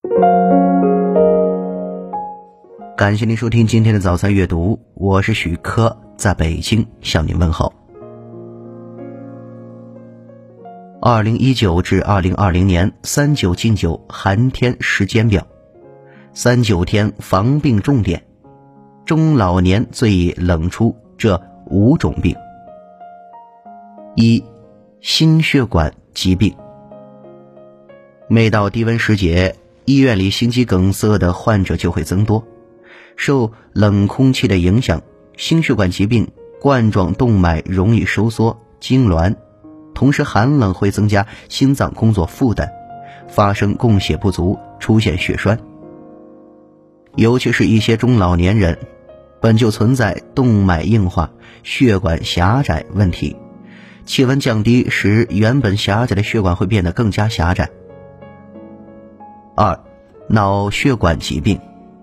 感谢您收听今天的早餐阅读，我是许科，在北京向您问好。2019至2020年39禁酒寒天时间表，39天防病重点，中老年最易冷出这5种病。1、心血管疾病。每到低温时节，医院里心肌梗塞的患者就会增多。受冷空气的影响，心血管疾病冠状动脉容易收缩痉挛，同时寒冷会增加心脏工作负担，发生供血不足，出现血栓。尤其是一些中老年人本就存在动脉硬化、血管狭窄问题，气温降低使原本狭窄的血管会变得更加狭窄。2、脑血管疾病。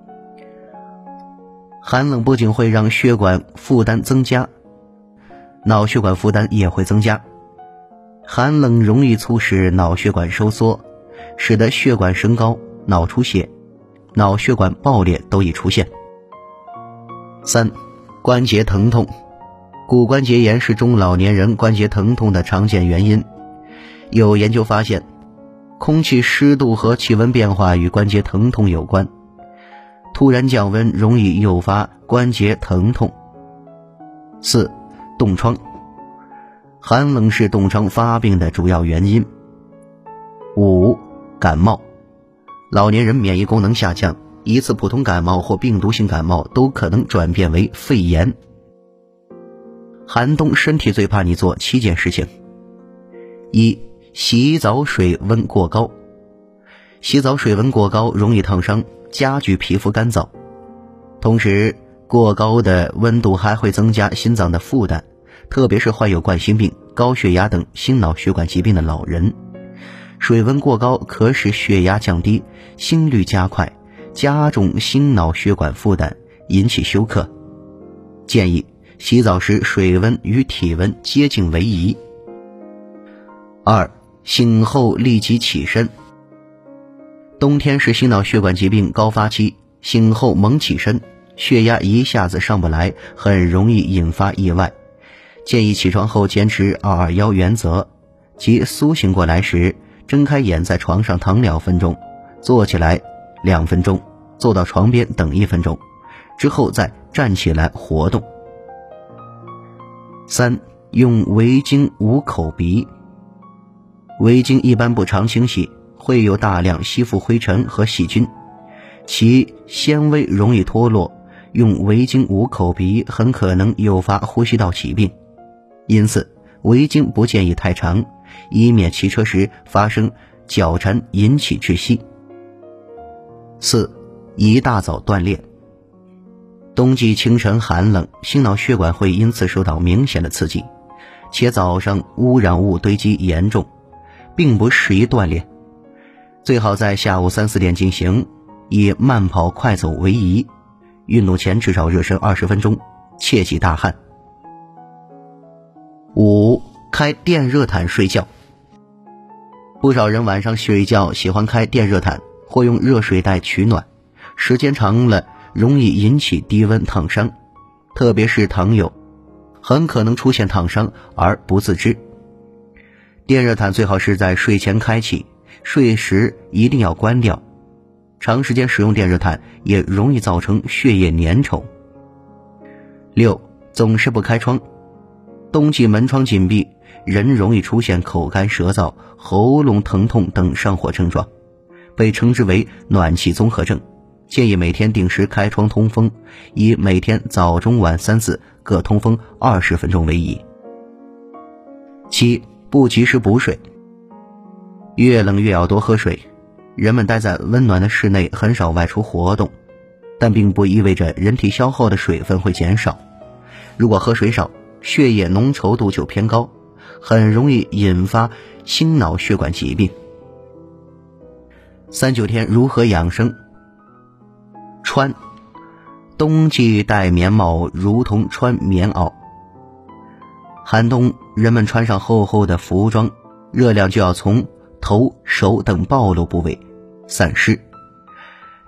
寒冷不仅会让血管负担增加，脑血管负担也会增加。寒冷容易促使脑血管收缩，使得血管升高，脑出血、脑血管爆裂都易出现。3、关节疼痛。骨关节炎是中老年人关节疼痛的常见原因。有研究发现，空气湿度和气温变化与关节疼痛有关。突然降温容易诱发关节疼痛。4、冻疮。寒冷是冻疮发病的主要原因。5、感冒。老年人免疫功能下降，一次普通感冒或病毒性感冒都可能转变为肺炎。寒冬身体最怕你做7件事情。1、洗澡水温过高。洗澡水温过高容易烫伤，加剧皮肤干燥，同时过高的温度还会增加心脏的负担，特别是患有冠心病、高血压等心脑血管疾病的老人。水温过高可使血压降低，心率加快，加重心脑血管负担，引起休克。建议洗澡时水温与体温接近为宜。2、醒后立即起身。冬天是心脑血管疾病高发期，醒后猛起身，血压一下子上不来，很容易引发意外。建议起床后坚持221原则，即苏醒过来时，睁开眼在床上躺2分钟，坐起来2分钟，坐到床边等1分钟，之后再站起来活动。3、用围巾捂口鼻。围巾一般不常清洗，会有大量吸附灰尘和细菌，其纤维容易脱落，用围巾捂口鼻很可能诱发呼吸道疾病，因此围巾不建议太长，以免骑车时发生脚缠引起窒息。4、一大早锻炼。冬季清晨寒冷，心脑血管会因此受到明显的刺激，且早上污染物堆积严重，并不适宜锻炼。最好在下午3、4点进行，以慢跑快走为宜，运动前至少热身20分钟，切忌大汗。5、开电热毯睡觉。不少人晚上睡觉喜欢开电热毯或用热水袋取暖，时间长了容易引起低温烫伤，特别是糖友，很可能出现烫伤而不自知。电热毯最好是在睡前开启，睡时一定要关掉。长时间使用电热毯也容易造成血液粘稠。6、总是不开窗。冬季门窗紧闭，人容易出现口干舌燥、喉咙疼痛等上火症状，被称之为暖气综合症。建议每天定时开窗通风，以每天早中晚3次各通风20分钟为宜。7、不及时补水。越冷越要多喝水，人们待在温暖的室内，很少外出活动，但并不意味着人体消耗的水分会减少。如果喝水少，血液浓稠度就偏高，很容易引发心脑血管疾病。39天如何养生？穿。冬季戴棉帽如同穿棉袄。寒冬人们穿上厚厚的服装，热量就要从头、手等暴露部位散失，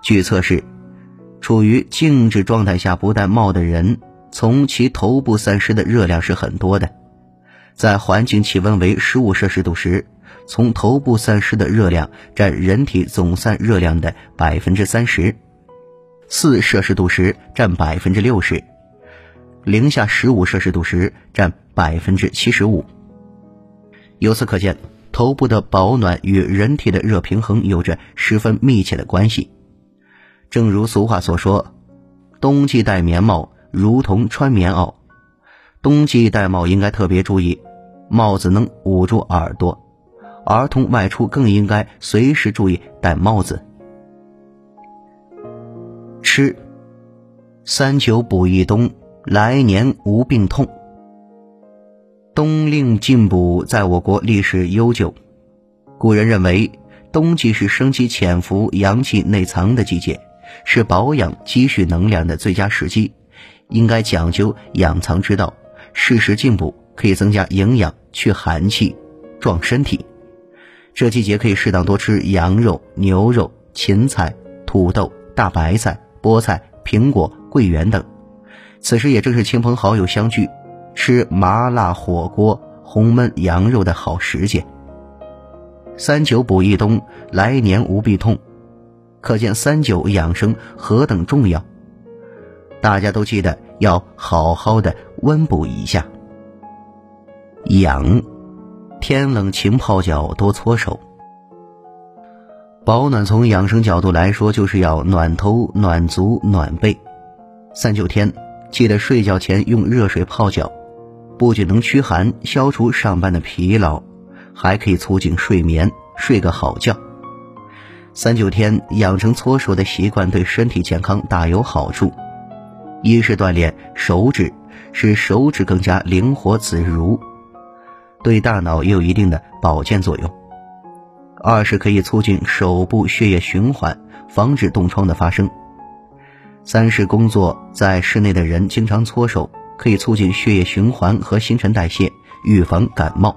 据测试，处于静止状态下不戴帽的人，从其头部散失的热量是很多的。在环境气温为15摄氏度时，从头部散失的热量占人体总散热量的 30%， 4摄氏度时占 60%， 零下15摄氏度时占 75%。 由此可见，头部的保暖与人体的热平衡有着十分密切的关系。正如俗话所说，冬季戴棉帽如同穿棉袄。冬季戴帽应该特别注意，帽子能捂住耳朵，儿童外出更应该随时注意戴帽子。吃3九补1冬，来年无病痛。冬令进补在我国历史悠久，古人认为冬季是生机潜伏、阳气内藏的季节，是保养积蓄能量的最佳时机，应该讲究养藏之道，适时进补，可以增加营养，去寒气，壮身体。这季节可以适当多吃羊肉、牛肉、芹菜、土豆、大白菜、菠菜、苹果、桂圆等。此时也正是亲朋好友相聚，吃麻辣火锅、红焖羊肉的好时节。3九补1冬，来年无病痛，可见3九养生何等重要。大家都记得要好好的温补一下。养，天冷勤泡脚，多搓手。保暖从养生角度来说，就是要暖头、暖足、暖背。3九天记得睡觉前用热水泡脚，不仅能驱寒，消除上班的疲劳，还可以促进睡眠，睡个好觉。3九天养成搓手的习惯，对身体健康大有好处。一是锻炼手指，使手指更加灵活自如，对大脑也有一定的保健作用。2是可以促进手部血液循环，防止冻疮的发生。3是工作在室内的人经常搓手，可以促进血液循环和新陈代谢，预防感冒。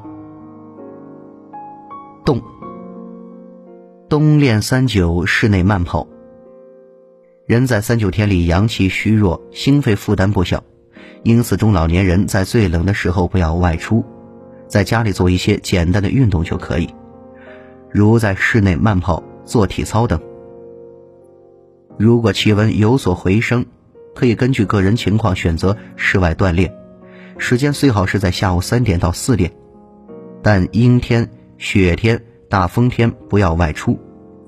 冬练3九，室内慢跑。人在3九天里阳气虚弱，心肺负担不小，因此中老年人在最冷的时候不要外出，在家里做一些简单的运动就可以，如在室内慢跑、做体操等。如果气温有所回升，可以根据个人情况选择室外锻炼，时间最好是在下午3点到4点，但阴天、雪天、大风天不要外出。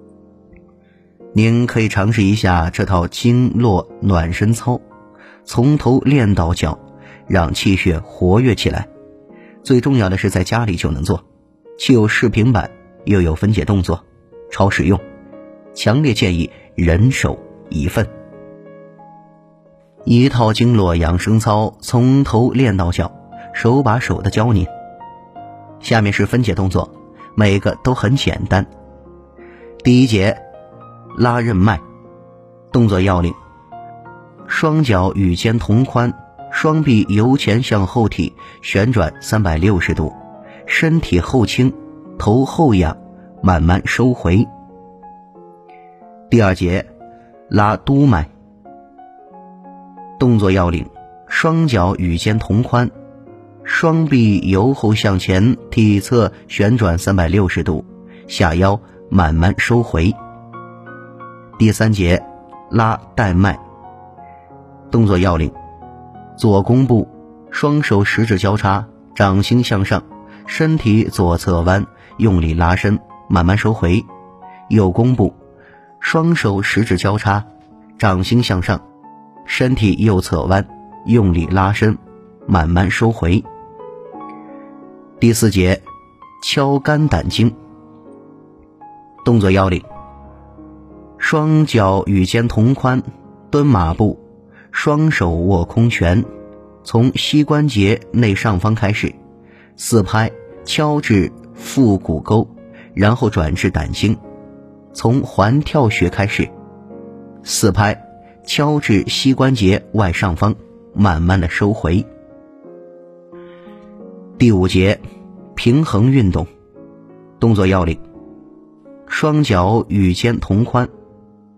您可以尝试一下这套经络暖身操，从头练到脚，让气血活跃起来。最重要的是在家里就能做，既有视频版，又有分解动作，超实用，强烈建议人手一份。一套经络养生操，从头练到脚，手把手的教您。下面是分解动作，每个都很简单。第一节，拉任脉。动作要领：双脚与肩同宽，双臂由前向后提，旋转360度，身体后倾，头后仰，慢慢收回。第二节，拉督脉。动作要领：双脚与肩同宽，双臂由后向前，体侧旋转360度，下腰慢慢收回。第三节，拉带脉。动作要领：左弓步，双手食指交叉，掌心向上，身体左侧弯，用力拉伸，慢慢收回。右弓步，双手食指交叉，掌心向上，身体右侧弯，用力拉伸，慢慢收回。第四节，敲肝胆经。动作要领：双脚与肩同宽，蹲马步，双手握空拳，从膝关节内上方开始，4拍敲至腹股沟，然后转至胆经，从环跳穴开始，4拍敲至膝关节外上方，慢慢的收回。第五节，平衡运动。动作要领：双脚与肩同宽，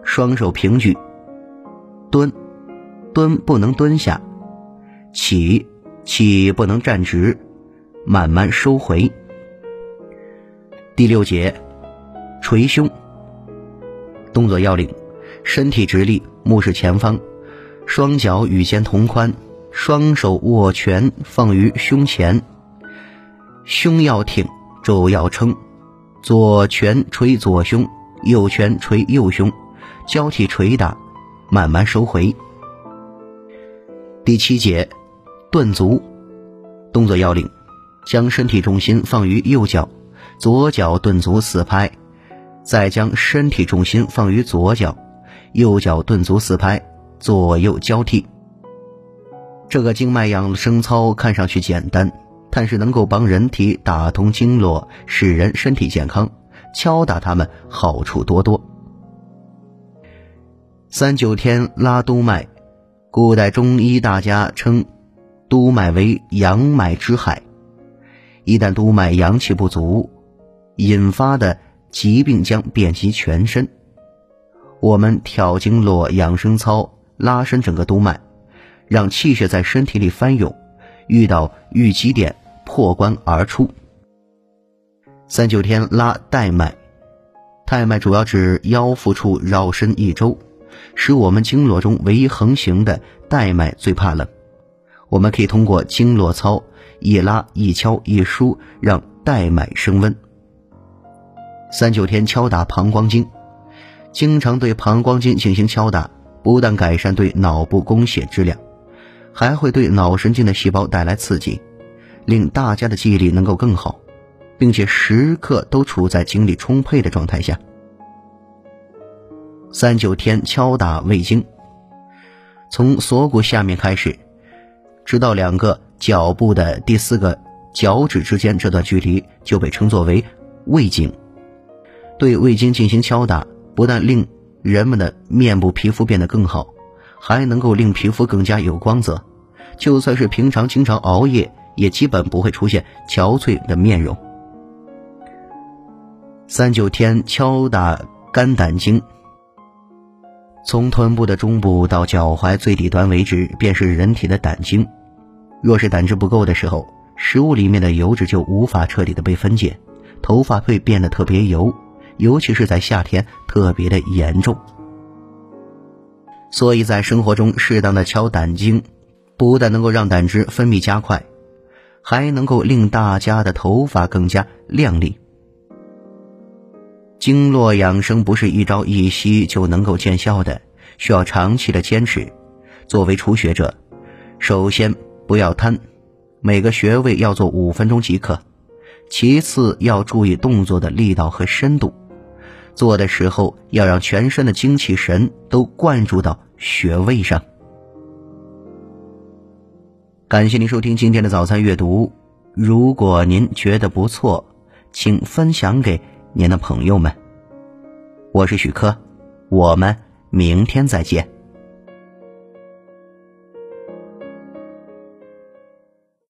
双手平举。蹲，蹲不能蹲下。起，起不能站直，慢慢收回。第6节，捶胸。动作要领：身体直立，目视前方，双脚与肩同宽，双手握拳放于胸前，胸要挺，肘要撑，左拳捶左胸，右拳捶右胸，交替捶打，慢慢收回。第7节，顿足。动作要领：将身体重心放于右脚，左脚顿足4拍，再将身体重心放于左脚，右脚顿足4拍，左右交替。这个经脉养生操看上去简单，但是能够帮人体打通经络，使人身体健康，敲打它们好处多多。3、9天拉督脉。古代中医大家称督脉为阳脉之海，一旦督脉阳气不足，引发的疾病将遍及全身。我们调经络养生操，拉伸整个督脉，让气血在身体里翻涌，遇到淤积点破关而出。3、9天拉带脉。带脉主要指腰腹处绕身1周，使我们经络中唯一横行的带脉最怕冷。我们可以通过经络操一拉一敲一舒，让带脉升温。3、9天敲打膀胱经。经常对膀胱经进行敲打，不但改善对脑部供血质量，还会对脑神经的细胞带来刺激，令大家的记忆力能够更好，并且时刻都处在精力充沛的状态下。3、9天敲打胃经。从锁骨下面开始，直到2个脚部的第4个脚趾之间这段距离就被称作为胃经。对胃经进行敲打，不但令人们的面部皮肤变得更好，还能够令皮肤更加有光泽，就算是平常经常熬夜，也基本不会出现憔悴的面容。3、9天敲打肝胆经。从臀部的中部到脚踝最底端为止，便是人体的胆经。若是胆汁不够的时候，食物里面的油脂就无法彻底的被分解，头发会变得特别油，尤其是在夏天特别的严重。所以在生活中适当的敲胆经，不但能够让胆汁分泌加快，还能够令大家的头发更加亮丽。经络养生不是一朝一夕就能够见效的，需要长期的坚持。作为初学者，首先不要贪，每个穴位要做5分钟即可。其次要注意动作的力道和深度，做的时候要让全身的精气神都灌注到穴位上。感谢您收听今天的早餐阅读，如果您觉得不错，请分享给您的朋友们。我是许科，我们明天再见。